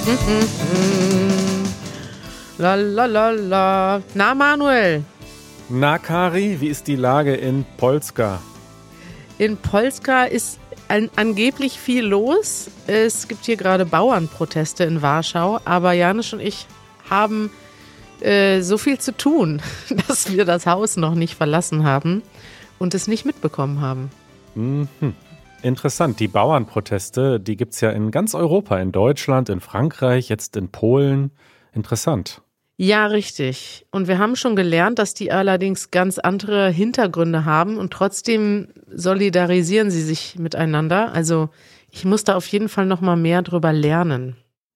La la la la. Na, Manuel? Na, Kari, wie ist die Lage in Polska? In Polska ist angeblich viel los. Es gibt hier gerade Bauernproteste in Warschau, aber Janusz und ich haben so viel zu tun, dass wir das Haus noch nicht verlassen haben und es nicht mitbekommen haben. Interessant, die Bauernproteste, die gibt es ja in ganz Europa, in Deutschland, in Frankreich, jetzt in Polen. Interessant. Ja, richtig. Und wir haben schon gelernt, dass die allerdings ganz andere Hintergründe haben und trotzdem solidarisieren sie sich miteinander. Also ich muss da auf jeden Fall noch mal mehr drüber lernen.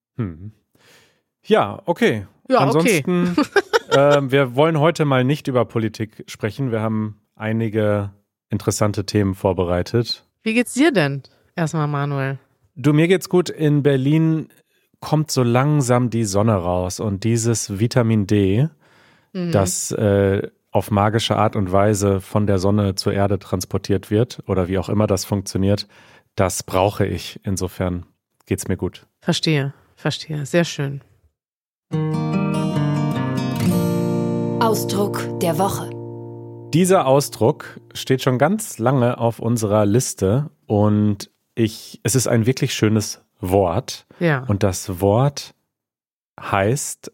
Ja, okay. Ja, ansonsten, wir wollen heute mal nicht über Politik sprechen. Wir haben einige interessante Themen vorbereitet. Wie geht's dir denn? Erstmal, Manuel. Du, mir geht's gut. In Berlin kommt so langsam die Sonne raus und dieses Vitamin D, das auf magische Art und Weise von der Sonne zur Erde transportiert wird oder wie auch immer das funktioniert, das brauche ich. Insofern geht's mir gut. Verstehe. Sehr schön. Ausdruck der Woche. Dieser Ausdruck steht schon ganz lange auf unserer Liste und es ist ein wirklich schönes Wort. Ja. Und das Wort heißt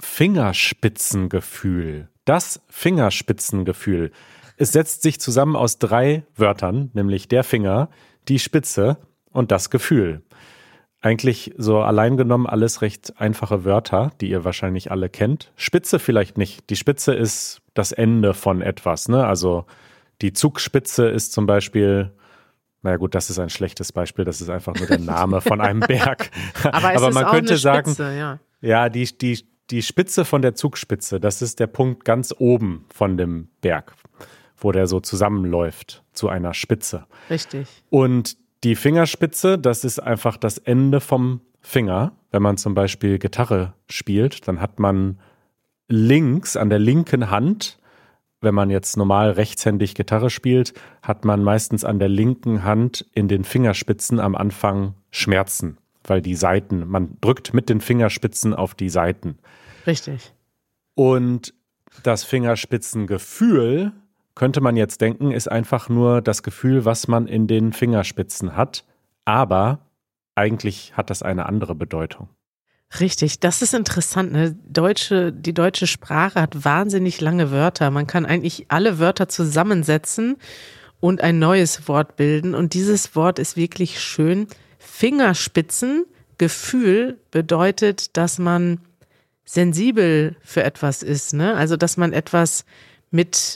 Fingerspitzengefühl. Das Fingerspitzengefühl. Es setzt sich zusammen aus 3 Wörtern, nämlich der Finger, die Spitze und das Gefühl. Eigentlich so allein genommen alles recht einfache Wörter, die ihr wahrscheinlich alle kennt. Spitze vielleicht nicht. Die Spitze ist das Ende von etwas, ne? Also die Zugspitze ist zum Beispiel, naja gut, das ist ein schlechtes Beispiel, das ist einfach nur der Name von einem Berg. Aber man auch könnte eine sagen, Spitze, ja, die Spitze von der Zugspitze, das ist der Punkt ganz oben von dem Berg, wo der so zusammenläuft zu einer Spitze. Richtig. Und die Fingerspitze, das ist einfach das Ende vom Finger. Wenn man zum Beispiel Gitarre spielt, dann hat man links an der linken Hand, wenn man jetzt normal rechtshändig Gitarre spielt, hat man meistens an der linken Hand in den Fingerspitzen am Anfang Schmerzen, weil die Saiten, man drückt mit den Fingerspitzen auf die Saiten. Richtig. Und das Fingerspitzengefühl, könnte man jetzt denken, ist einfach nur das Gefühl, was man in den Fingerspitzen hat. Aber eigentlich hat das eine andere Bedeutung. Richtig, das ist interessant, ne? Die deutsche Sprache hat wahnsinnig lange Wörter. Man kann eigentlich alle Wörter zusammensetzen und ein neues Wort bilden. Und dieses Wort ist wirklich schön. Fingerspitzengefühl bedeutet, dass man sensibel für etwas ist, ne? Also, dass man etwas mit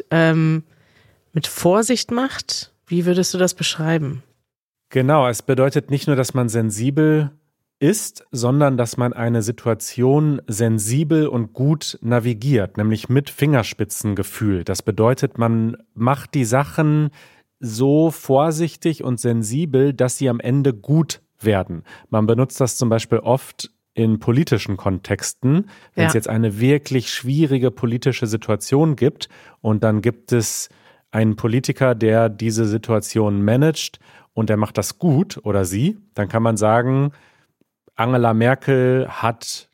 Vorsicht macht. Wie würdest du das beschreiben? Genau, es bedeutet nicht nur, dass man sensibel ist, sondern dass man eine Situation sensibel und gut navigiert, nämlich mit Fingerspitzengefühl. Das bedeutet, man macht die Sachen so vorsichtig und sensibel, dass sie am Ende gut werden. Man benutzt das zum Beispiel oft in politischen Kontexten, wenn es jetzt eine wirklich schwierige politische Situation gibt und dann gibt es einen Politiker, der diese Situation managt und der macht das gut oder sie, dann kann man sagen, Angela Merkel hat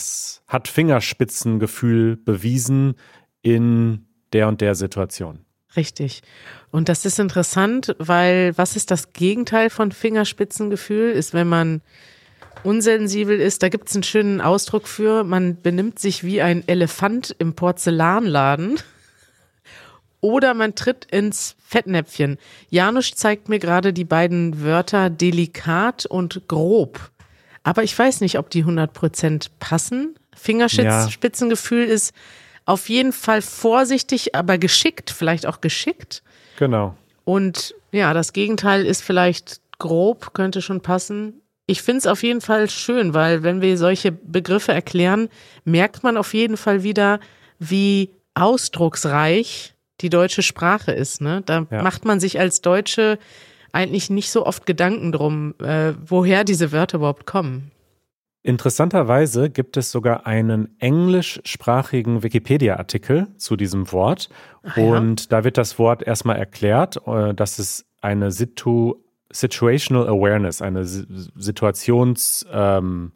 Fingerspitzengefühl bewiesen in der und der Situation. Richtig. Und das ist interessant, weil was ist das Gegenteil von Fingerspitzengefühl? Ist, wenn man unsensibel ist, da gibt es einen schönen Ausdruck für, man benimmt sich wie ein Elefant im Porzellanladen oder man tritt ins Fettnäpfchen. Janusz zeigt mir gerade die beiden Wörter delikat und grob. Aber ich weiß nicht, ob die 100% passen. Fingerspitzengefühl ist auf jeden Fall vorsichtig, aber geschickt, vielleicht auch geschickt. Genau. Und ja, das Gegenteil ist vielleicht grob, könnte schon passen. Ich finde es auf jeden Fall schön, weil wenn wir solche Begriffe erklären, merkt man auf jeden Fall wieder, wie ausdrucksreich die deutsche Sprache ist. Ne? Da macht man sich als Deutsche eigentlich nicht so oft Gedanken drum, woher diese Wörter überhaupt kommen. Interessanterweise gibt es sogar einen englischsprachigen Wikipedia-Artikel zu diesem Wort. Und da wird das Wort erstmal erklärt, dass es eine Situational Awareness, eine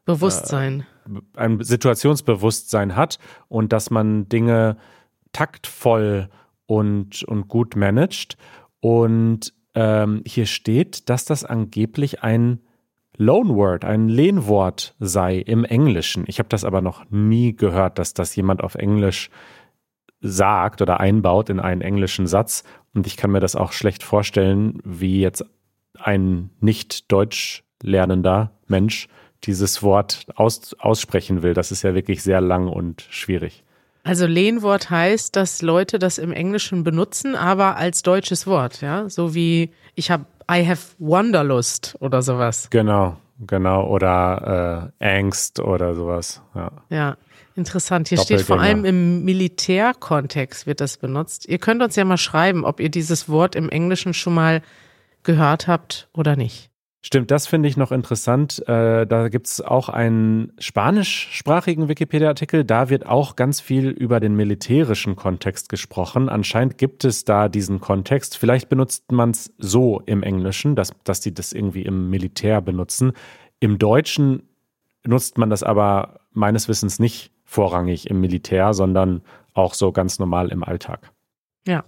Bewusstsein. Ein Situationsbewusstsein hat und dass man Dinge taktvoll und gut managt. Und hier steht, dass das angeblich ein Loanword, ein Lehnwort sei im Englischen. Ich habe das aber noch nie gehört, dass das jemand auf Englisch sagt oder einbaut in einen englischen Satz. Und ich kann mir das auch schlecht vorstellen, wie jetzt ein nicht deutsch lernender Mensch dieses Wort aussprechen will. Das ist ja wirklich sehr lang und schwierig. Also Lehnwort heißt, dass Leute das im Englischen benutzen, aber als deutsches Wort, ja? So wie I have Wanderlust oder sowas. Genau. Oder Angst oder sowas. Ja, interessant. Hier steht vor allem im Militärkontext wird das benutzt. Ihr könnt uns ja mal schreiben, ob ihr dieses Wort im Englischen schon mal gehört habt oder nicht. Stimmt, das finde ich noch interessant. Da gibt es auch einen spanischsprachigen Wikipedia-Artikel. Da wird auch ganz viel über den militärischen Kontext gesprochen. Anscheinend gibt es da diesen Kontext. Vielleicht benutzt man es so im Englischen, dass die das irgendwie im Militär benutzen. Im Deutschen nutzt man das aber meines Wissens nicht vorrangig im Militär, sondern auch so ganz normal im Alltag. Ja.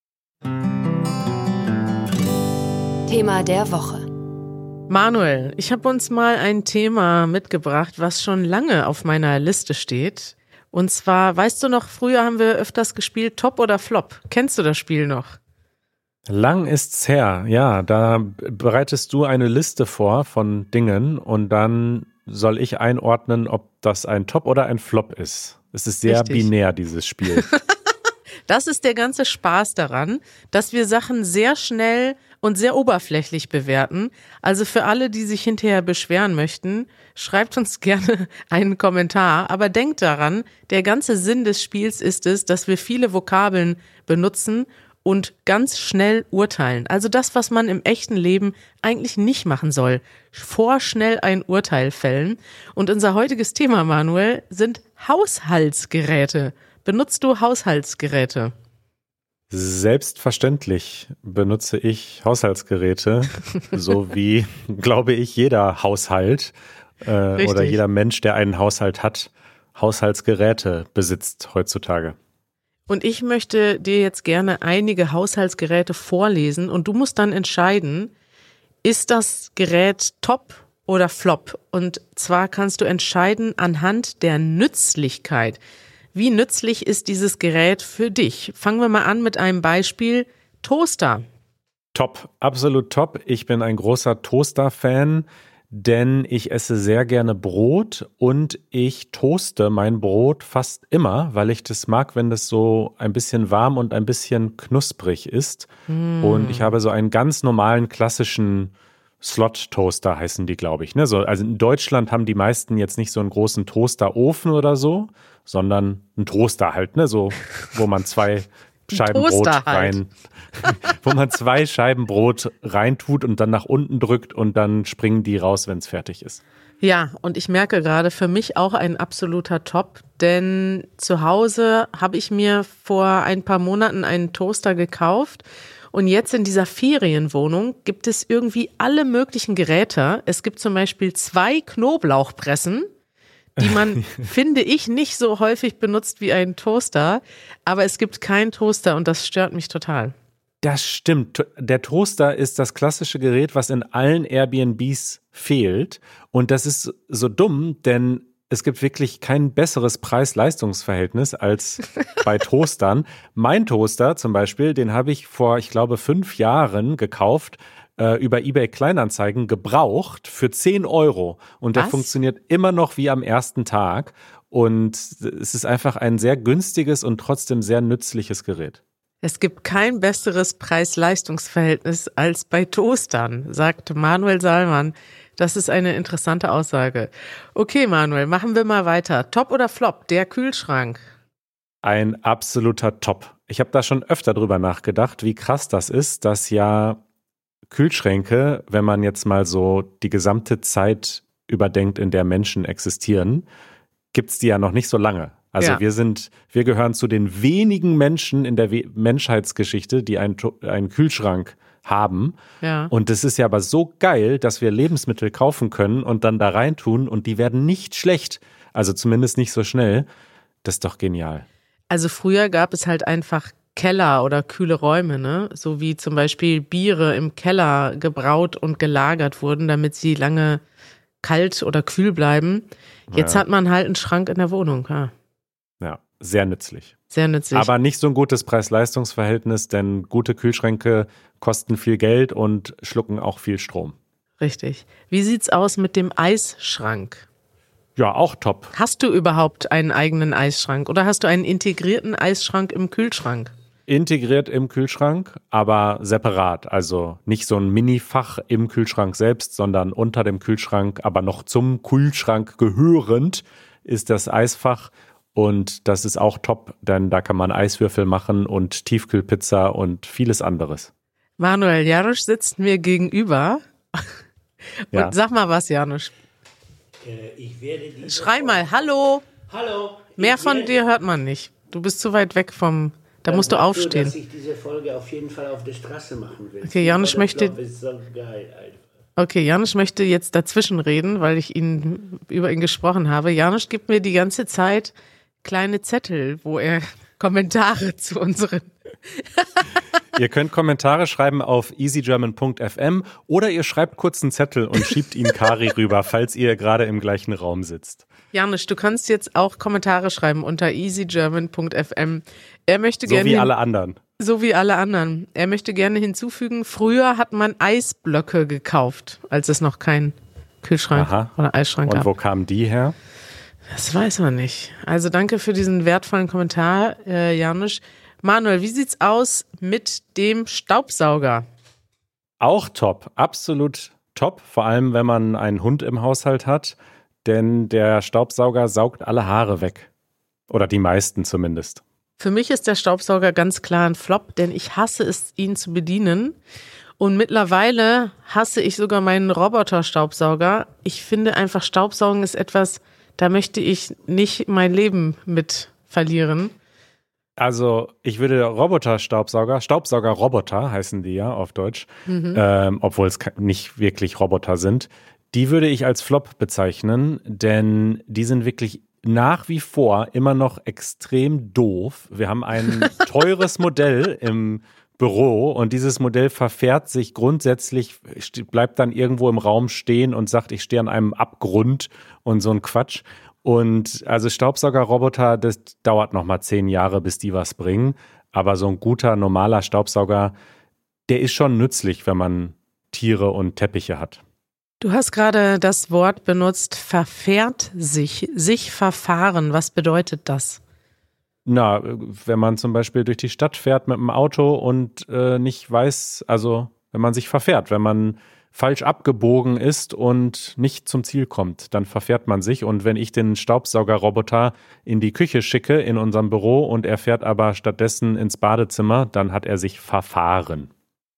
Thema der Woche. Manuel, ich habe uns mal ein Thema mitgebracht, was schon lange auf meiner Liste steht. Und zwar, weißt du noch, früher haben wir öfters gespielt Top oder Flop. Kennst du das Spiel noch? Lang ist's her, ja. Da bereitest du eine Liste vor von Dingen und dann soll ich einordnen, ob das ein Top oder ein Flop ist. Es ist sehr binär, dieses Spiel. Das ist der ganze Spaß daran, dass wir Sachen sehr schnell und sehr oberflächlich bewerten. Also für alle, die sich hinterher beschweren möchten, schreibt uns gerne einen Kommentar. Aber denkt daran, der ganze Sinn des Spiels ist es, dass wir viele Vokabeln benutzen und ganz schnell urteilen. Also das, was man im echten Leben eigentlich nicht machen soll. Vorschnell ein Urteil fällen. Und unser heutiges Thema, Manuel, sind Haushaltsgeräte. Benutzt du Haushaltsgeräte? Selbstverständlich benutze ich Haushaltsgeräte, so wie, glaube ich, jeder Haushalt oder jeder Mensch, der einen Haushalt hat, Haushaltsgeräte besitzt heutzutage. Und ich möchte dir jetzt gerne einige Haushaltsgeräte vorlesen und du musst dann entscheiden, ist das Gerät Top oder Flop? Und zwar kannst du entscheiden anhand der Nützlichkeit. Wie nützlich ist dieses Gerät für dich? Fangen wir mal an mit einem Beispiel. Toaster. Top, absolut top. Ich bin ein großer Toaster-Fan, denn ich esse sehr gerne Brot und ich toaste mein Brot fast immer, weil ich das mag, wenn das so ein bisschen warm und ein bisschen knusprig ist. Und ich habe so einen ganz normalen, klassischen Slot-Toaster heißen die, glaube ich. Also in Deutschland haben die meisten jetzt nicht so einen großen Toasterofen oder so, sondern einen Toaster halt, so, wo man zwei Scheiben Brot wo man 2 Scheiben Brot reintut und dann nach unten drückt und dann springen die raus, wenn es fertig ist. Ja, und ich merke gerade, für mich auch ein absoluter Top, denn zu Hause habe ich mir vor ein paar Monaten einen Toaster gekauft. Und jetzt in dieser Ferienwohnung gibt es irgendwie alle möglichen Geräte. Es gibt zum Beispiel 2 Knoblauchpressen, die man, finde ich, nicht so häufig benutzt wie ein Toaster. Aber es gibt keinen Toaster und das stört mich total. Das stimmt. Der Toaster ist das klassische Gerät, was in allen Airbnbs fehlt. Und das ist so dumm, denn es gibt wirklich kein besseres Preis-Leistungs-Verhältnis als bei Toastern. Mein Toaster zum Beispiel, den habe ich vor, ich glaube, 5 Jahren gekauft, über eBay Kleinanzeigen gebraucht für 10 €. Und der funktioniert immer noch wie am ersten Tag. Und es ist einfach ein sehr günstiges und trotzdem sehr nützliches Gerät. Es gibt kein besseres Preis-Leistungs-Verhältnis als bei Toastern, sagt Manuel Salman. Das ist eine interessante Aussage. Okay, Manuel, machen wir mal weiter. Top oder Flop, der Kühlschrank? Ein absoluter Top. Ich habe da schon öfter drüber nachgedacht, wie krass das ist, dass ja Kühlschränke, wenn man jetzt mal so die gesamte Zeit überdenkt, in der Menschen existieren, gibt es die ja noch nicht so lange. Also ja. Wir gehören zu den wenigen Menschen in der Menschheitsgeschichte, die einen Kühlschrank haben. Ja. Und es ist ja aber so geil, dass wir Lebensmittel kaufen können und dann da reintun und die werden nicht schlecht. Also zumindest nicht so schnell. Das ist doch genial. Also früher gab es halt einfach Keller oder kühle Räume, ne? So wie zum Beispiel Biere im Keller gebraut und gelagert wurden, damit sie lange kalt oder kühl bleiben. Jetzt hat man halt einen Schrank in der Wohnung. Ja, sehr nützlich. Sehr nützlich. Aber nicht so ein gutes Preis-Leistungs-Verhältnis, denn gute Kühlschränke kosten viel Geld und schlucken auch viel Strom. Richtig. Wie sieht's aus mit dem Eisschrank? Ja, auch top. Hast du überhaupt einen eigenen Eisschrank oder hast du einen integrierten Eisschrank im Kühlschrank? Integriert im Kühlschrank, aber separat. Also nicht so ein Mini-Fach im Kühlschrank selbst, sondern unter dem Kühlschrank, aber noch zum Kühlschrank gehörend ist das Eisfach. Und das ist auch top, denn da kann man Eiswürfel machen und Tiefkühlpizza und vieles anderes. Manuel Janusz sitzt mir gegenüber. Ja. Und sag mal was, Janusz. Schrei mal, hallo. Hallo. Mehr von dir hört man nicht. Du bist zu weit weg vom... Da musst du aufstehen. Dass ich diese Folge auf jeden Fall auf der Straße machen will. Okay, Janusz möchte... Ist so geil, einfach. Okay, Janusz möchte jetzt dazwischen reden, weil ich über ihn gesprochen habe. Janusz gibt mir die ganze Zeit kleine Zettel, wo er Kommentare zu unseren... Ihr könnt Kommentare schreiben auf easygerman.fm oder ihr schreibt kurz einen Zettel und schiebt ihn Kari rüber, falls ihr gerade im gleichen Raum sitzt. Janusz, du kannst jetzt auch Kommentare schreiben unter easygerman.fm. Er möchte gerne... So wie alle anderen. So wie alle anderen. Er möchte gerne hinzufügen, früher hat man Eisblöcke gekauft, als es noch keinen Kühlschrank oder Eisschrank gab. Und wo kamen die her? Das weiß man nicht. Also danke für diesen wertvollen Kommentar, Janusz. Manuel, wie sieht's aus mit dem Staubsauger? Auch top, absolut top, vor allem wenn man einen Hund im Haushalt hat, denn der Staubsauger saugt alle Haare weg. Oder die meisten zumindest. Für mich ist der Staubsauger ganz klar ein Flop, denn ich hasse es, ihn zu bedienen. Und mittlerweile hasse ich sogar meinen Roboter-Staubsauger. Ich finde einfach, Staubsaugen ist etwas, da möchte ich nicht mein Leben mit verlieren. Also ich würde Staubsauger-Roboter heißen die ja auf Deutsch, obwohl es nicht wirklich Roboter sind, die würde ich als Flop bezeichnen, denn die sind wirklich nach wie vor immer noch extrem doof. Wir haben ein teures Modell im Büro und dieses Modell verfährt sich grundsätzlich, bleibt dann irgendwo im Raum stehen und sagt, ich stehe an einem Abgrund und so ein Quatsch. Und also Staubsaugerroboter, das dauert nochmal 10 Jahre, bis die was bringen. Aber so ein guter, normaler Staubsauger, der ist schon nützlich, wenn man Tiere und Teppiche hat. Du hast gerade das Wort benutzt, verfährt sich verfahren. Was bedeutet das? Na, wenn man zum Beispiel durch die Stadt fährt mit dem Auto und nicht weiß, also wenn man sich verfährt, wenn man falsch abgebogen ist und nicht zum Ziel kommt, dann verfährt man sich. Und wenn ich den Staubsaugerroboter in die Küche schicke, in unserem Büro, und er fährt aber stattdessen ins Badezimmer, dann hat er sich verfahren.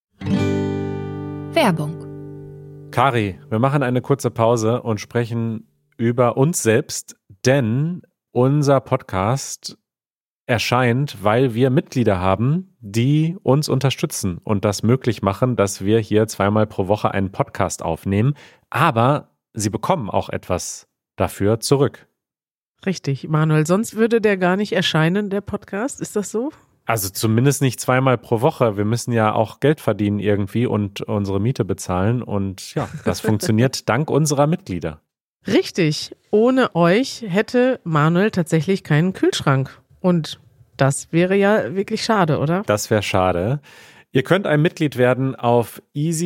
Werbung. Kari, wir machen eine kurze Pause und sprechen über uns selbst, denn unser Podcast erscheint, weil wir Mitglieder haben, die uns unterstützen und das möglich machen, dass wir hier 2-mal pro Woche einen Podcast aufnehmen. Aber sie bekommen auch etwas dafür zurück. Richtig, Manuel. Sonst würde der gar nicht erscheinen, der Podcast. Ist das so? Also zumindest nicht 2-mal pro Woche. Wir müssen ja auch Geld verdienen irgendwie und unsere Miete bezahlen. Und ja, das funktioniert dank unserer Mitglieder. Richtig. Ohne euch hätte Manuel tatsächlich keinen Kühlschrank. Und das wäre ja wirklich schade, oder? Das wäre schade. Ihr könnt ein Mitglied werden auf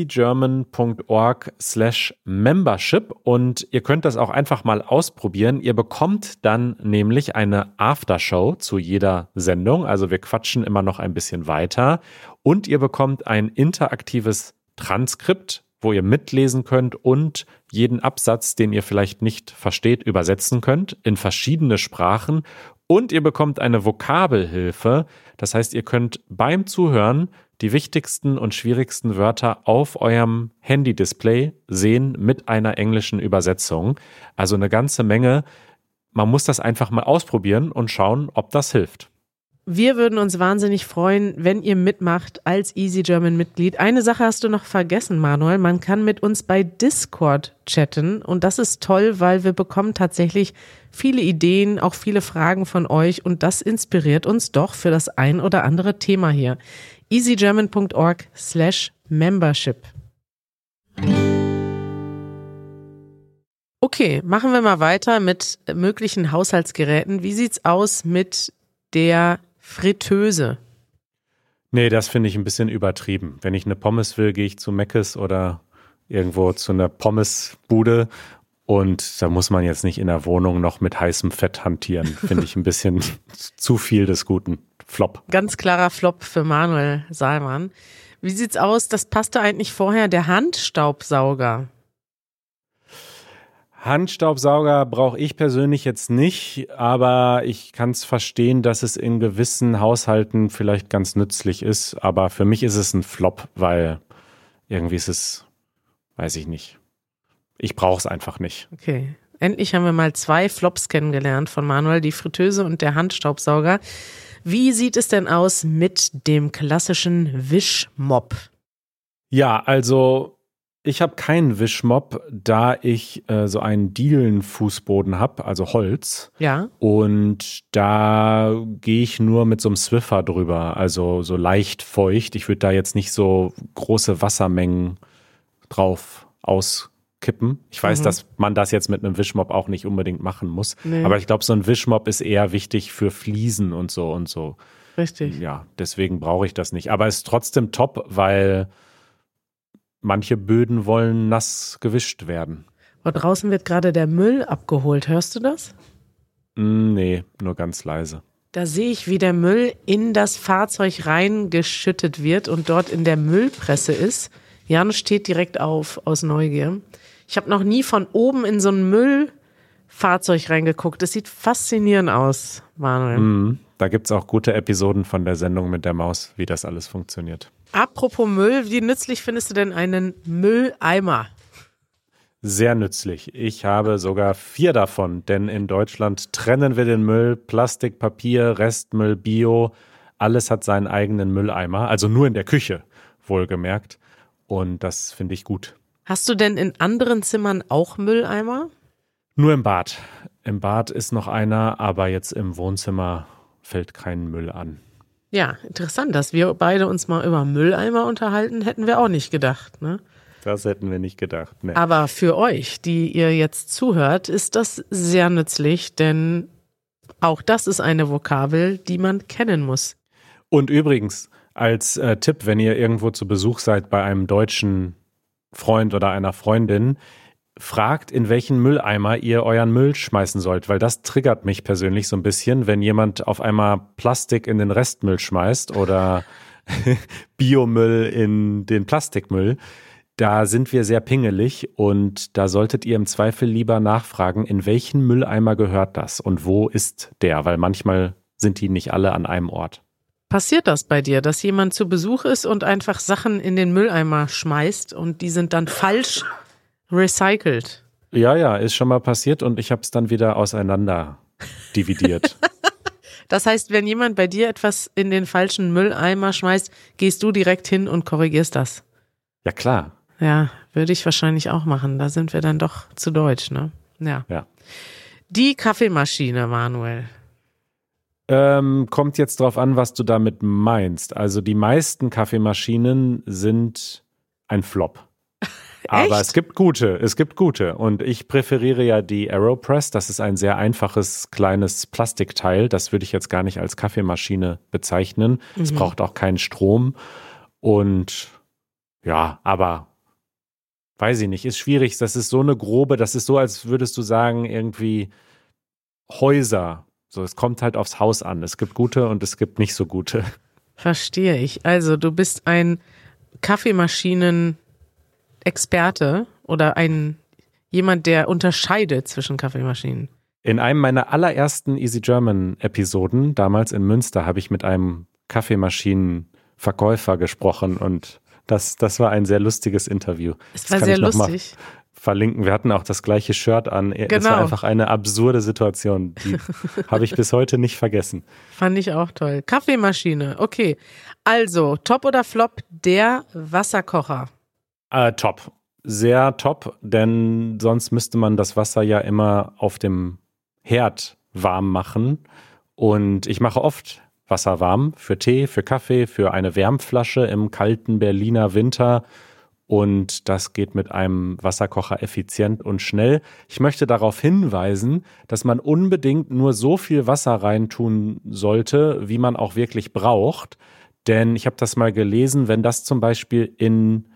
easygerman.org/membership und ihr könnt das auch einfach mal ausprobieren. Ihr bekommt dann nämlich eine Aftershow zu jeder Sendung. Also wir quatschen immer noch ein bisschen weiter. Und ihr bekommt ein interaktives Transkript, wo ihr mitlesen könnt und jeden Absatz, den ihr vielleicht nicht versteht, übersetzen könnt in verschiedene Sprachen. Und ihr bekommt eine Vokabelhilfe. Das heißt, ihr könnt beim Zuhören die wichtigsten und schwierigsten Wörter auf eurem Handy-Display sehen mit einer englischen Übersetzung. Also eine ganze Menge. Man muss das einfach mal ausprobieren und schauen, ob das hilft. Wir würden uns wahnsinnig freuen, wenn ihr mitmacht als Easy German Mitglied. Eine Sache hast du noch vergessen, Manuel. Man kann mit uns bei Discord chatten und das ist toll, weil wir bekommen tatsächlich viele Ideen, auch viele Fragen von euch und das inspiriert uns doch für das ein oder andere Thema hier. easygerman.org/membership. Okay, machen wir mal weiter mit möglichen Haushaltsgeräten. Wie sieht's aus mit der Fritteuse? Nee, das finde ich ein bisschen übertrieben. Wenn ich eine Pommes will, gehe ich zu Mc's oder irgendwo zu einer Pommesbude und da muss man jetzt nicht in der Wohnung noch mit heißem Fett hantieren. Finde ich ein bisschen zu viel des Guten. Flop. Ganz klarer Flop für Manuel Salman. Wie sieht's aus? Das passte eigentlich vorher, der Handstaubsauger. Handstaubsauger brauche ich persönlich jetzt nicht, aber ich kann es verstehen, dass es in gewissen Haushalten vielleicht ganz nützlich ist. Aber für mich ist es ein Flop, weil irgendwie ist es, weiß ich nicht. Ich brauche es einfach nicht. Okay, endlich haben wir mal 2 Flops kennengelernt von Manuel, die Fritteuse und der Handstaubsauger. Wie sieht es denn aus mit dem klassischen Wischmopp? Ja, also ich habe keinen Wischmopp, da ich so einen Dielenfußboden habe, also Holz. Ja. Und da gehe ich nur mit so einem Swiffer drüber, also so leicht feucht. Ich würde da jetzt nicht so große Wassermengen drauf auskippen. Ich weiß, dass man das jetzt mit einem Wischmopp auch nicht unbedingt machen muss. Nee. Aber ich glaube, so ein Wischmopp ist eher wichtig für Fliesen und so und so. Richtig. Ja, deswegen brauche ich das nicht. Aber es ist trotzdem top, weil manche Böden wollen nass gewischt werden. Oh, draußen wird gerade der Müll abgeholt. Hörst du das? Nee, nur ganz leise. Da sehe ich, wie der Müll in das Fahrzeug reingeschüttet wird und dort in der Müllpresse ist. Jan steht direkt auf aus Neugier. Ich habe noch nie von oben in so ein Müllfahrzeug reingeguckt. Das sieht faszinierend aus, Manuel. Da gibt es auch gute Episoden von der Sendung mit der Maus, wie das alles funktioniert. Apropos Müll, wie nützlich findest du denn einen Mülleimer? Sehr nützlich. Ich habe sogar 4 davon, denn in Deutschland trennen wir den Müll, Plastik, Papier, Restmüll, Bio. Alles hat seinen eigenen Mülleimer, also nur in der Küche, wohlgemerkt. Und das finde ich gut. Hast du denn in anderen Zimmern auch Mülleimer? Nur im Bad. Im Bad ist noch einer, aber jetzt im Wohnzimmer fällt kein Müll an. Ja, interessant, dass wir beide uns mal über Mülleimer unterhalten, hätten wir auch nicht gedacht, ne? Das hätten wir nicht gedacht, ne. Aber für euch, die ihr jetzt zuhört, ist das sehr nützlich, denn auch das ist eine Vokabel, die man kennen muss. Und übrigens, als Tipp, wenn ihr irgendwo zu Besuch seid bei einem deutschen Freund oder einer Freundin, fragt, in welchen Mülleimer ihr euren Müll schmeißen sollt, weil das triggert mich persönlich so ein bisschen, wenn jemand auf einmal Plastik in den Restmüll schmeißt oder Biomüll in den Plastikmüll. Da sind wir sehr pingelig und da solltet ihr im Zweifel lieber nachfragen, in welchen Mülleimer gehört das und wo ist der, weil manchmal sind die nicht alle an einem Ort. Passiert das bei dir, dass jemand zu Besuch ist und einfach Sachen in den Mülleimer schmeißt und die sind dann falsch recycelt? Ja, ist schon mal passiert und ich habe es dann wieder auseinander dividiert. Das heißt, wenn jemand bei dir etwas in den falschen Mülleimer schmeißt, gehst du direkt hin und korrigierst das? Ja, klar. Ja, würde ich wahrscheinlich auch machen. Da sind wir dann doch zu deutsch, ne? Ja. Die Kaffeemaschine, Manuel. Kommt jetzt drauf an, was du damit meinst. Also die meisten Kaffeemaschinen sind ein Flop. Aber es gibt gute. Und ich präferiere ja die AeroPress. Das ist ein sehr einfaches, kleines Plastikteil. Das würde ich jetzt gar nicht als Kaffeemaschine bezeichnen. Es braucht auch keinen Strom. Und ja, aber weiß ich nicht, ist schwierig. Das ist so eine grobe, das ist so, als würdest du sagen, irgendwie Häuser. So, es kommt halt aufs Haus an. Es gibt gute und es gibt nicht so gute. Verstehe ich. Also du bist ein Kaffeemaschinen-Experte oder jemand, der unterscheidet zwischen Kaffeemaschinen. In einem meiner allerersten Easy German Episoden, damals in Münster, habe ich mit einem Kaffeemaschinenverkäufer gesprochen und das war ein sehr lustiges Interview. Es war sehr lustig. verlinken. Wir hatten auch das gleiche Shirt an. Genau. Das war einfach eine absurde Situation. Die habe ich bis heute nicht vergessen. Fand ich auch toll. Kaffeemaschine, okay. Also, top oder flop, der Wasserkocher? Top. Sehr top, denn sonst müsste man das Wasser ja immer auf dem Herd warm machen. Und ich mache oft Wasser warm für Tee, für Kaffee, für eine Wärmflasche im kalten Berliner Winter. Und das geht mit einem Wasserkocher effizient und schnell. Ich möchte darauf hinweisen, dass man unbedingt nur so viel Wasser reintun sollte, wie man auch wirklich braucht. Denn ich habe das mal gelesen, wenn das zum Beispiel in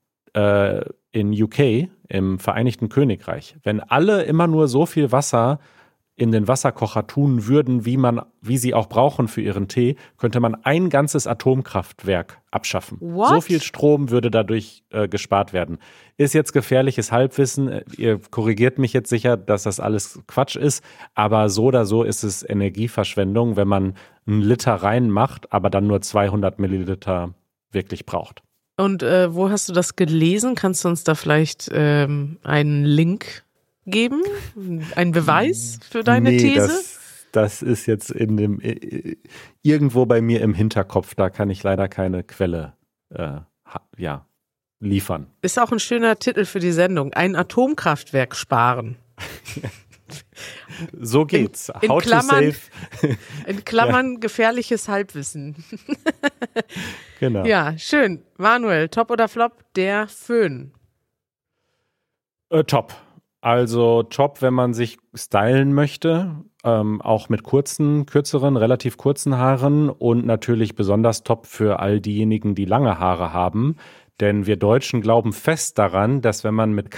UK, im Vereinigten Königreich, wenn alle immer nur so viel Wasser in den Wasserkocher tun würden, wie sie auch brauchen für ihren Tee, könnte man ein ganzes Atomkraftwerk abschaffen. What? So viel Strom würde dadurch gespart werden. Ist jetzt gefährliches Halbwissen. Ihr korrigiert mich jetzt sicher, dass das alles Quatsch ist, aber so oder so ist es Energieverschwendung, wenn man einen Liter reinmacht, aber dann nur 200 Milliliter wirklich braucht. Und wo hast du das gelesen? Kannst du uns da vielleicht einen Link geben? Einen Beweis für deine These? Das ist jetzt irgendwo bei mir im Hinterkopf. Da kann ich leider keine Quelle liefern. Ist auch ein schöner Titel für die Sendung. Ein Atomkraftwerk sparen. So geht's. In How Klammern, to save. In Klammern gefährliches Halbwissen. Genau. Ja, schön. Manuel, top oder flop? Der Föhn. Top. Also top, wenn man sich stylen möchte, auch mit kürzeren, relativ kurzen Haaren und natürlich besonders top für all diejenigen, die lange Haare haben. Denn wir Deutschen glauben fest daran, dass wenn man mit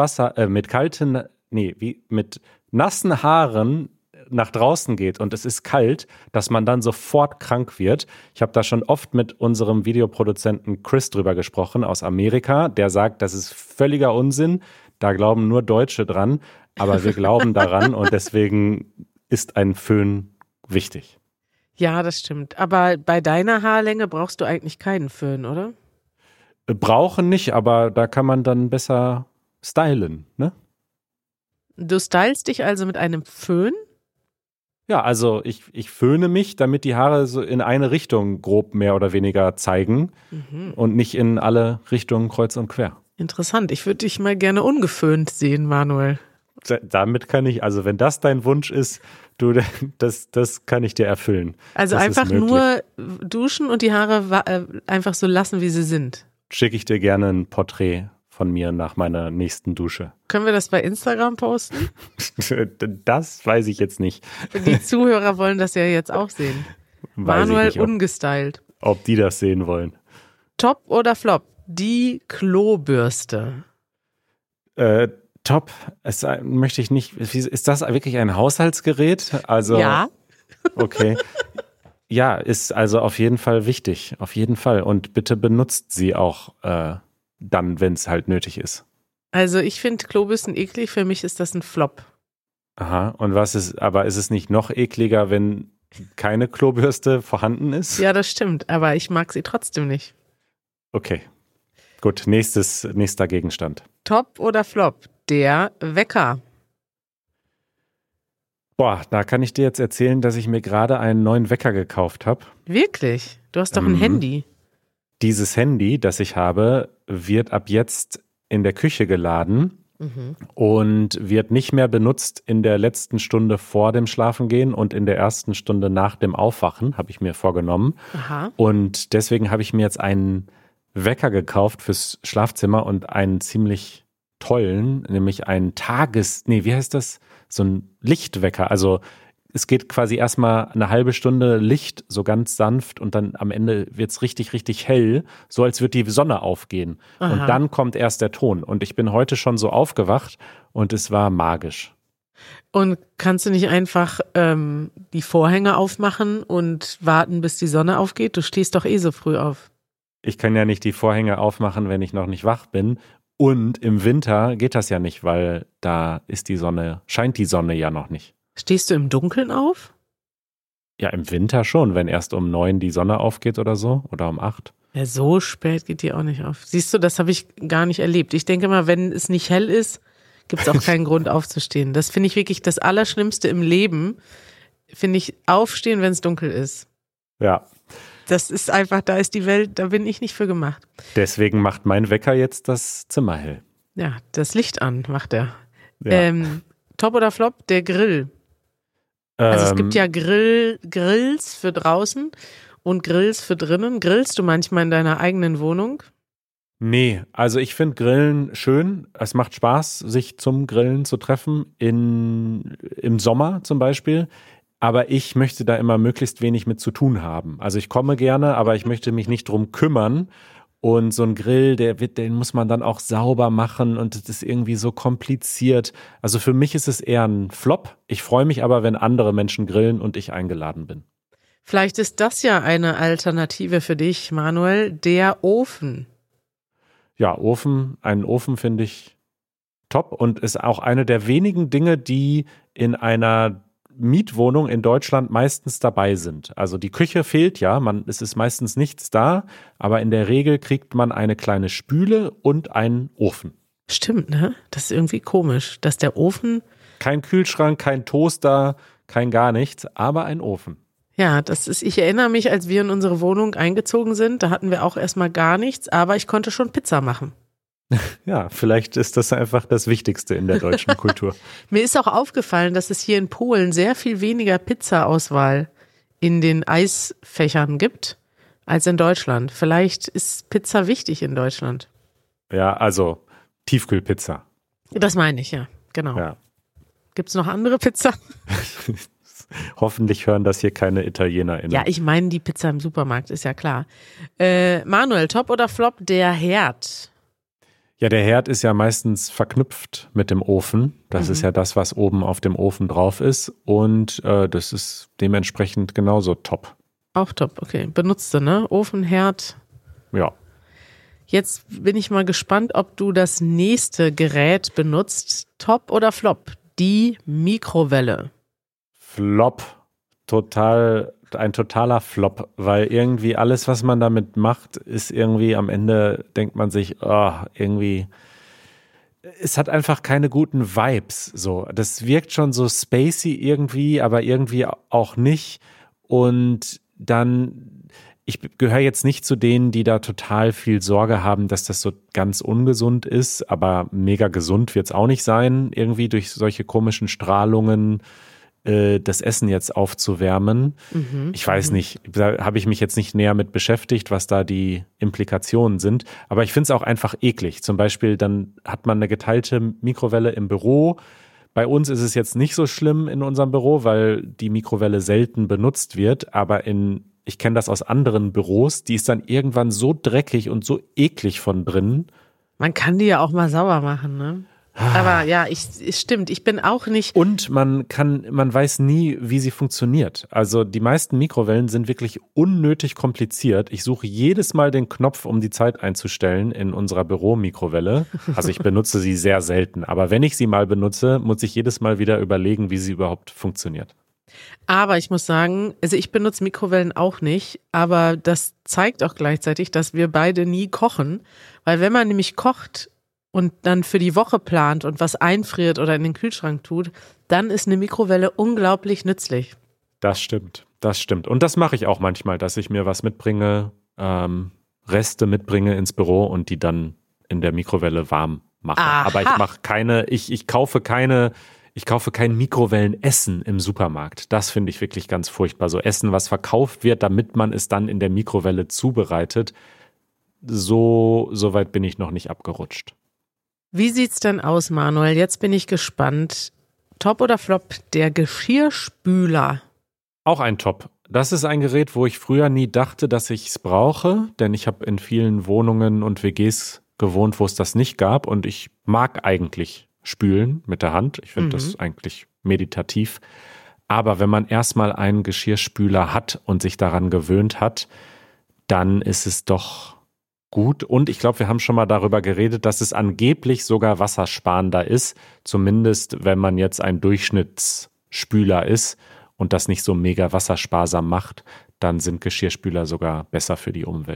mit nassen Haaren nach draußen geht und es ist kalt, dass man dann sofort krank wird. Ich habe da schon oft mit unserem Videoproduzenten Chris drüber gesprochen aus Amerika. Der sagt, das ist völliger Unsinn. Da glauben nur Deutsche dran, aber wir glauben daran und deswegen ist ein Föhn wichtig. Ja, das stimmt. Aber bei deiner Haarlänge brauchst du eigentlich keinen Föhn, oder? Brauchen nicht, aber da kann man dann besser stylen, ne? Du stylst dich also mit einem Föhn? Ja, also ich föhne mich, damit die Haare so in eine Richtung grob mehr oder weniger zeigen und nicht in alle Richtungen kreuz und quer. Interessant. Ich würde dich mal gerne ungeföhnt sehen, Manuel. Damit kann ich, also wenn das dein Wunsch ist, das kann ich dir erfüllen. Also das einfach nur duschen und die Haare einfach so lassen, wie sie sind. Schicke ich dir gerne ein Porträt von mir nach meiner nächsten Dusche. Können wir das bei Instagram posten? Das weiß ich jetzt nicht. Die Zuhörer wollen das ja jetzt auch sehen. Manuel nicht, ungestylt. Ob die das sehen wollen. Top oder Flop? Die Klobürste. Top. Es möchte ich nicht. Ist das wirklich ein Haushaltsgerät? Also, ja. Okay. Ja, ist also auf jeden Fall wichtig. Auf jeden Fall. Und bitte benutzt sie auch dann, wenn es halt nötig ist. Also ich finde Klobürsten eklig. Für mich ist das ein Flop. Aha. Und ist es nicht noch ekliger, wenn keine Klobürste vorhanden ist? Ja, das stimmt. Aber ich mag sie trotzdem nicht. Okay. Gut, nächster Gegenstand. Top oder Flop? Der Wecker. Boah, da kann ich dir jetzt erzählen, dass ich mir gerade einen neuen Wecker gekauft habe. Wirklich? Du hast doch ein Handy. Dieses Handy, das ich habe, wird ab jetzt in der Küche geladen und wird nicht mehr benutzt in der letzten Stunde vor dem Schlafengehen und in der ersten Stunde nach dem Aufwachen, habe ich mir vorgenommen. Aha. Und deswegen habe ich mir jetzt einen Wecker gekauft fürs Schlafzimmer und einen ziemlich tollen, nämlich einen wie heißt das? So ein Lichtwecker. Also es geht quasi erstmal eine halbe Stunde Licht, so ganz sanft und dann am Ende wird es richtig, richtig hell, so als würde die Sonne aufgehen. Aha. Und dann kommt erst der Ton. Und ich bin heute schon so aufgewacht und es war magisch. Und kannst du nicht einfach die Vorhänge aufmachen und warten, bis die Sonne aufgeht? Du stehst doch eh so früh auf. Ich kann ja nicht die Vorhänge aufmachen, wenn ich noch nicht wach bin. Und im Winter geht das ja nicht, weil da scheint die Sonne ja noch nicht. Stehst du im Dunkeln auf? Ja, im Winter schon, wenn erst um 9 die Sonne aufgeht oder so oder um 8. Ja, so spät geht die auch nicht auf. Siehst du, das habe ich gar nicht erlebt. Ich denke mal, wenn es nicht hell ist, gibt es auch keinen Grund aufzustehen. Das finde ich wirklich das Allerschlimmste im Leben. Finde ich aufstehen, wenn es dunkel ist. Ja. Das ist einfach, da ist die Welt, da bin ich nicht für gemacht. Deswegen macht mein Wecker jetzt das Zimmer hell. Ja, das Licht an macht er. Ja. Top oder Flop, der Grill. Also es gibt ja Grills für draußen und Grills für drinnen. Grillst du manchmal in deiner eigenen Wohnung? Nee, also ich finde Grillen schön. Es macht Spaß, sich zum Grillen zu treffen, im Sommer zum Beispiel. Aber ich möchte da immer möglichst wenig mit zu tun haben. Also ich komme gerne, aber ich möchte mich nicht drum kümmern. Und so ein Grill, den muss man dann auch sauber machen und das ist irgendwie so kompliziert. Also für mich ist es eher ein Flop. Ich freue mich aber, wenn andere Menschen grillen und ich eingeladen bin. Vielleicht ist das ja eine Alternative für dich, Manuel, der Ofen. Ja, einen Ofen finde ich top und ist auch eine der wenigen Dinge, die in einer Mietwohnung in Deutschland meistens dabei sind. Also die Küche fehlt ja, es ist meistens nichts da, aber in der Regel kriegt man eine kleine Spüle und einen Ofen. Stimmt, ne? Das ist irgendwie komisch, dass der Ofen... Kein Kühlschrank, kein Toaster, kein gar nichts, aber ein Ofen. Ja, ich erinnere mich, als wir in unsere Wohnung eingezogen sind, da hatten wir auch erstmal gar nichts, aber ich konnte schon Pizza machen. Ja, vielleicht ist das einfach das Wichtigste in der deutschen Kultur. Mir ist auch aufgefallen, dass es hier in Polen sehr viel weniger Pizza-Auswahl in den Eisfächern gibt als in Deutschland. Vielleicht ist Pizza wichtig in Deutschland. Ja, also Tiefkühlpizza. Das meine ich, ja, genau. Ja. Gibt es noch andere Pizza? Hoffentlich hören das hier keine ItalienerInnen. Ja, ich meine die Pizza im Supermarkt, ist ja klar. Manuel, Top oder Flop, der Herd? Ja, der Herd ist ja meistens verknüpft mit dem Ofen. Das ist ja das, was oben auf dem Ofen drauf ist. Und das ist dementsprechend genauso top. Auch top, okay. Benutzt du, ne? Ofen, Herd. Ja. Jetzt bin ich mal gespannt, ob du das nächste Gerät benutzt. Top oder Flop? Die Mikrowelle. Flop. Ein totaler Flop, weil irgendwie alles, was man damit macht, ist irgendwie am Ende, denkt man sich, irgendwie, es hat einfach keine guten Vibes, so. Das wirkt schon so spacey irgendwie, aber irgendwie auch nicht. Und dann, ich gehöre jetzt nicht zu denen, die da total viel Sorge haben, dass das so ganz ungesund ist, aber mega gesund wird es auch nicht sein, irgendwie durch solche komischen Strahlungen das Essen jetzt aufzuwärmen. Ich weiß nicht, da habe ich mich jetzt nicht näher mit beschäftigt, was da die Implikationen sind, aber ich finde es auch einfach eklig. Zum Beispiel, dann hat man eine geteilte Mikrowelle im Büro. Bei uns ist es jetzt nicht so schlimm in unserem Büro, weil die Mikrowelle selten benutzt wird, aber ich kenne das aus anderen Büros, die ist dann irgendwann so dreckig und so eklig von drinnen. Man kann die ja auch mal sauber machen, ne? Aber ja, es stimmt, ich bin auch nicht. Und man weiß nie, wie sie funktioniert. Also die meisten Mikrowellen sind wirklich unnötig kompliziert. Ich suche jedes Mal den Knopf, um die Zeit einzustellen in unserer Büromikrowelle. Also ich benutze sie sehr selten. Aber wenn ich sie mal benutze, muss ich jedes Mal wieder überlegen, wie sie überhaupt funktioniert. Aber ich muss sagen, also ich benutze Mikrowellen auch nicht, aber das zeigt auch gleichzeitig, dass wir beide nie kochen. Weil wenn man nämlich kocht und dann für die Woche plant und was einfriert oder in den Kühlschrank tut, dann ist eine Mikrowelle unglaublich nützlich. Das stimmt. Und das mache ich auch manchmal, dass ich mir was mitbringe, Reste mitbringe ins Büro und die dann in der Mikrowelle warm mache. Aha. Aber ich kaufe kein Mikrowellenessen im Supermarkt. Das finde ich wirklich ganz furchtbar. So Essen, was verkauft wird, damit man es dann in der Mikrowelle zubereitet. So weit bin ich noch nicht abgerutscht. Wie sieht's denn aus, Manuel? Jetzt bin ich gespannt. Top oder Flop, der Geschirrspüler? Auch ein Top. Das ist ein Gerät, wo ich früher nie dachte, dass ich es brauche, denn ich habe in vielen Wohnungen und WGs gewohnt, wo es das nicht gab und ich mag eigentlich spülen mit der Hand. Ich finde das eigentlich meditativ. Aber wenn man erstmal einen Geschirrspüler hat und sich daran gewöhnt hat, dann ist es doch gut. Und ich glaube, wir haben schon mal darüber geredet, dass es angeblich sogar wassersparender ist. Zumindest, wenn man jetzt ein Durchschnittsspüler ist und das nicht so mega wassersparsam macht, dann sind Geschirrspüler sogar besser für die Umwelt.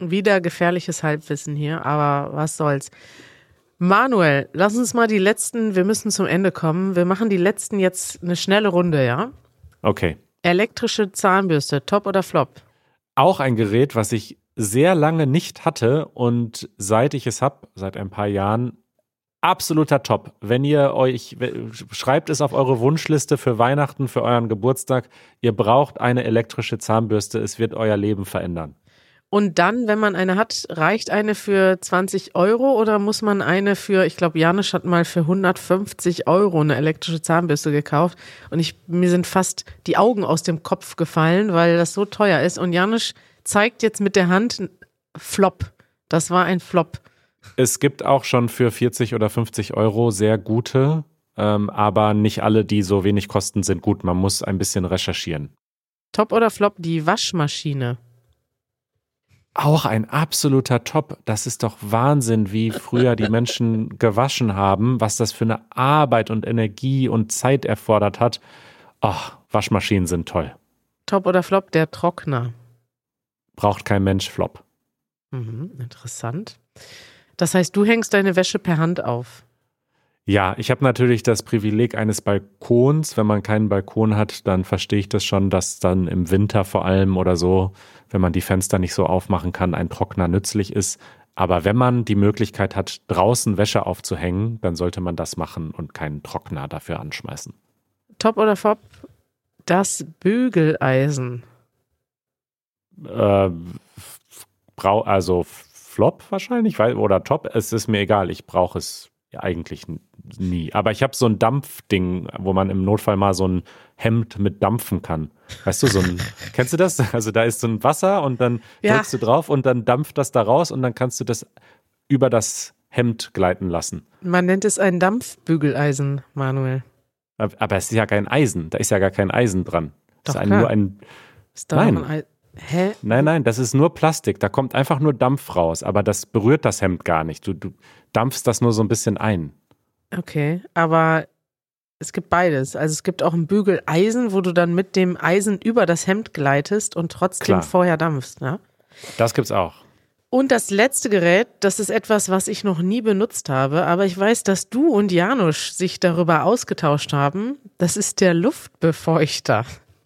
Wieder gefährliches Halbwissen hier, aber was soll's. Manuel, lass uns mal wir müssen zum Ende kommen. Wir machen die letzten jetzt eine schnelle Runde, ja? Okay. Elektrische Zahnbürste, Top oder Flop? Auch ein Gerät, was ich sehr lange nicht hatte und seit ich es habe, seit ein paar Jahren, absoluter Top. Wenn ihr schreibt es auf eure Wunschliste für Weihnachten, für euren Geburtstag, ihr braucht eine elektrische Zahnbürste, es wird euer Leben verändern. Und dann, wenn man eine hat, reicht eine für 20 Euro oder muss man eine für, ich glaube, Janusz hat mal für 150 Euro eine elektrische Zahnbürste gekauft und mir sind fast die Augen aus dem Kopf gefallen, weil das so teuer ist. Und Janusz zeigt jetzt mit der Hand Flop. Das war ein Flop. Es gibt auch schon für 40 oder 50 Euro sehr gute, aber nicht alle, die so wenig kosten, sind gut. Man muss ein bisschen recherchieren. Top oder Flop, die Waschmaschine? Auch ein absoluter Top. Das ist doch Wahnsinn, wie früher die Menschen gewaschen haben, was das für eine Arbeit und Energie und Zeit erfordert hat. Ach, Waschmaschinen sind toll. Top oder Flop, der Trockner? Braucht kein Mensch, Flop. Interessant. Das heißt, du hängst deine Wäsche per Hand auf? Ja, ich habe natürlich das Privileg eines Balkons. Wenn man keinen Balkon hat, dann verstehe ich das schon, dass dann im Winter vor allem oder so, wenn man die Fenster nicht so aufmachen kann, ein Trockner nützlich ist. Aber wenn man die Möglichkeit hat, draußen Wäsche aufzuhängen, dann sollte man das machen und keinen Trockner dafür anschmeißen. Top oder Flop? Das Bügeleisen. Also Flop wahrscheinlich, oder Top, es ist mir egal, ich brauche es eigentlich nie. Aber ich habe so ein Dampfding, wo man im Notfall mal so ein Hemd mit dampfen kann. Weißt du, kennst du das? Also da ist so ein Wasser und dann drückst du drauf und dann dampft das da raus und dann kannst du das über das Hemd gleiten lassen. Man nennt es ein Dampfbügeleisen, Manuel. Aber es ist ja kein Eisen, da ist ja gar kein Eisen dran. Doch, das ist nur ein... Nein. Hä? Nein, das ist nur Plastik. Da kommt einfach nur Dampf raus, aber das berührt das Hemd gar nicht. Du dampfst das nur so ein bisschen ein. Okay, aber es gibt beides. Also es gibt auch ein Bügeleisen, wo du dann mit dem Eisen über das Hemd gleitest und trotzdem vorher dampfst. Ja? Das gibt's auch. Und das letzte Gerät, das ist etwas, was ich noch nie benutzt habe, aber ich weiß, dass du und Janusz sich darüber ausgetauscht haben. Das ist der Luftbefeuchter.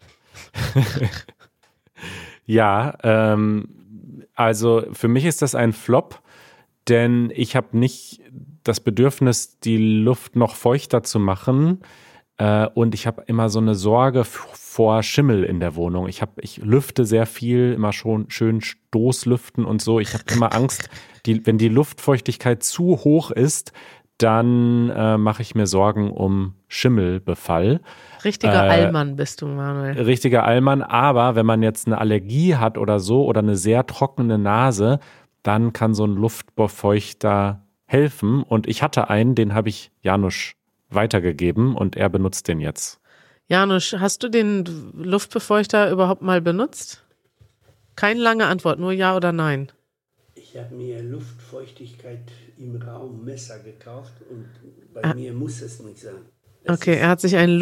Ja, also für mich ist das ein Flop, denn ich habe nicht das Bedürfnis, die Luft noch feuchter zu machen und ich habe immer so eine Sorge vor Schimmel in der Wohnung. Ich lüfte sehr viel, immer schon schön Stoßlüften und so. Ich habe immer Angst, wenn die Luftfeuchtigkeit zu hoch ist, dann mache ich mir Sorgen um Schimmelbefall. Richtiger Allmann bist du, Manuel. Richtiger Allmann, aber wenn man jetzt eine Allergie hat oder so oder eine sehr trockene Nase, dann kann so ein Luftbefeuchter helfen. Und ich hatte einen, den habe ich Janusz weitergegeben und er benutzt den jetzt. Janusz, hast du den Luftbefeuchter überhaupt mal benutzt? Keine lange Antwort, nur ja oder nein. Ich habe mir Luftfeuchtigkeit im Raum Messer gekauft und bei mir muss es nicht sein. Okay, er hat sich ein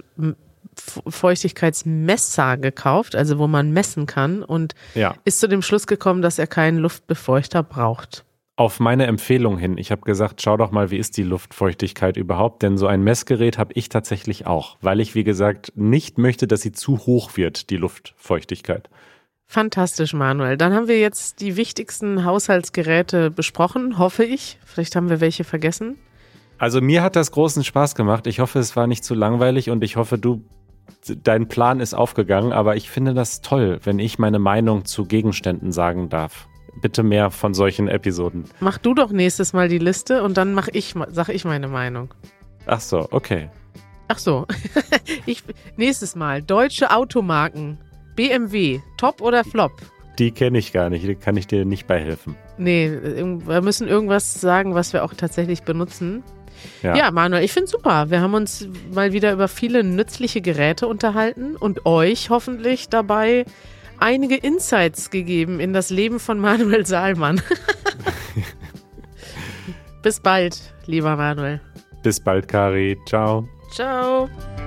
Luftfeuchtigkeitsmesser gekauft, also wo man messen kann und ist zu dem Schluss gekommen, dass er keinen Luftbefeuchter braucht. Auf meine Empfehlung hin. Ich habe gesagt, schau doch mal, wie ist die Luftfeuchtigkeit überhaupt, denn so ein Messgerät habe ich tatsächlich auch, weil ich, wie gesagt, nicht möchte, dass sie zu hoch wird, die Luftfeuchtigkeit. Fantastisch, Manuel. Dann haben wir jetzt die wichtigsten Haushaltsgeräte besprochen, hoffe ich. Vielleicht haben wir welche vergessen. Also mir hat das großen Spaß gemacht. Ich hoffe, es war nicht zu langweilig und ich hoffe, dein Plan ist aufgegangen. Aber ich finde das toll, wenn ich meine Meinung zu Gegenständen sagen darf. Bitte mehr von solchen Episoden. Mach du doch nächstes Mal die Liste und dann sag ich meine Meinung. Ach so, okay. Ach so. Nächstes Mal. Deutsche Automarken. BMW. Top oder Flop? Die kenne ich gar nicht. Die kann ich dir nicht bei helfen. Nee, wir müssen irgendwas sagen, was wir auch tatsächlich benutzen. Ja, Manuel, ich finde es super. Wir haben uns mal wieder über viele nützliche Geräte unterhalten und euch hoffentlich dabei einige Insights gegeben in das Leben von Manuel Saalmann. Bis bald, lieber Manuel. Bis bald, Kari. Ciao. Ciao.